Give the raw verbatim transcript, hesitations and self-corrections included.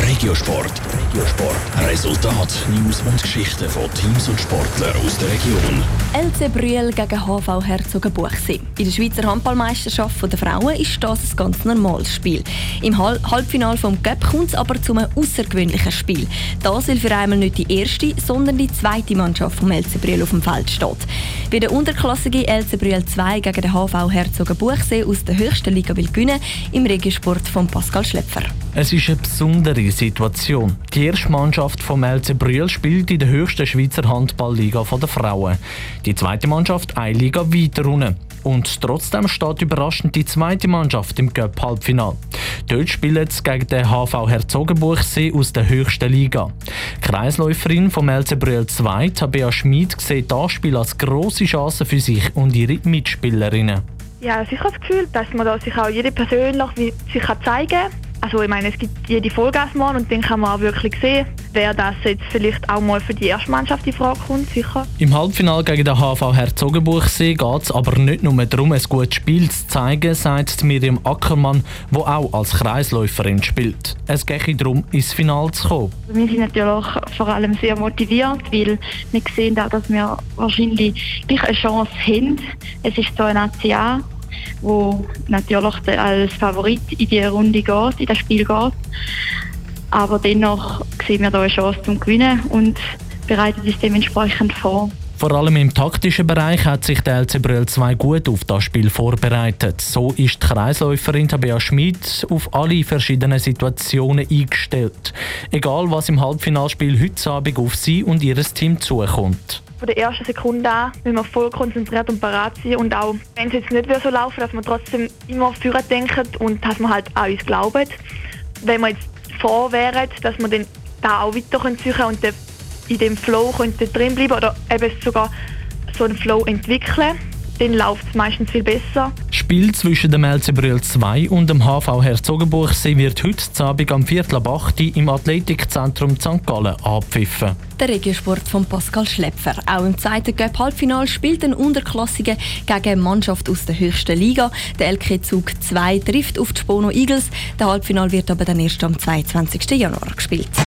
Regiosport. Regiosport. Resultat, News und Geschichten von Teams und Sportlern aus der Region. L C Brüel gegen H V Herzogenbuchsee. In der Schweizer Handballmeisterschaft der Frauen ist das ein ganz normales Spiel. Im Hal- Halbfinale vom Cup kommt es aber zu einem außergewöhnlichen Spiel. Das, weil für einmal nicht die erste, sondern die zweite Mannschaft vom L C Brüel auf dem Feld steht. Wie der unterklassige L C Brüel zwei gegen den H V Herzogenbuchsee aus der höchsten Liga will gewinnen, im Regiosport von Pascal Schläpfer. Es ist eine besondere Situation. Die erste Mannschaft vom L C Brüel spielt in der höchsten Schweizer Handballliga der Frauen. Die zweite Mannschaft eine Liga weiter unten. Und trotzdem steht überraschend die zweite Mannschaft im Cup-Halbfinale. Dort spielt es gegen den H V Herzogenbuchsee aus der höchsten Liga. Die Kreisläuferin vom L C Brüel zwei, Tabea Schmid, sieht das Spiel als grosse Chance für sich und ihre Mitspielerinnen. Ja, also ich habe das Gefühl, dass man da sich auch jede persönlich sich zeigen kann. Also ich meine, es gibt jede Vollgas mal und dann kann man auch wirklich sehen, wer das jetzt vielleicht auch mal für die erste Mannschaft in Frage kommt, sicher. Im Halbfinale gegen den H V Herzogenbuchsee geht es aber nicht nur darum, ein gutes Spiel zu zeigen, sagt Miriam Ackermann, die auch als Kreisläuferin spielt. Es gehe darum, ins Finale zu kommen. Wir sind natürlich vor allem sehr motiviert, weil wir sehen auch, dass wir wahrscheinlich eine Chance haben. Es ist so ein A C A, wo natürlich als Favorit in die Runde geht, in das Spiel geht. Aber dennoch sehen wir hier eine Chance zum Gewinnen und bereiten uns dementsprechend vor. Vor allem im taktischen Bereich hat sich der L C Brüel zwei gut auf das Spiel vorbereitet. So ist die Kreisläuferin Tabea Schmid auf alle verschiedenen Situationen eingestellt. Egal, was im Halbfinalspiel heute Abend auf sie und ihr Team zukommt. Von der ersten Sekunde an müssen wir voll konzentriert und parat sein und auch, wenn es jetzt nicht so laufen, dass wir trotzdem immer führen denken und dass wir halt an uns glauben. Wenn wir jetzt vor wären, dass wir dann da auch weiter ziehen können und in dem Flow drin bleiben oder eben sogar so einen Flow entwickeln, dann läuft es meistens viel besser. Das Spiel zwischen dem L C Brüel zwei und dem H V Herzogenbuchsee wird heute Abend am Viertel ab acht im Athletikzentrum Sankt Gallen abpfiffen. Der Regiosport von Pascal Schläpfer. Auch im zweiten Cup-Halbfinale spielt ein Unterklassige gegen eine Mannschaft aus der höchsten Liga. Der L K Zug zwei trifft auf die Spono Eagles. Der Halbfinale wird aber dann erst am zweiundzwanzigsten Januar gespielt.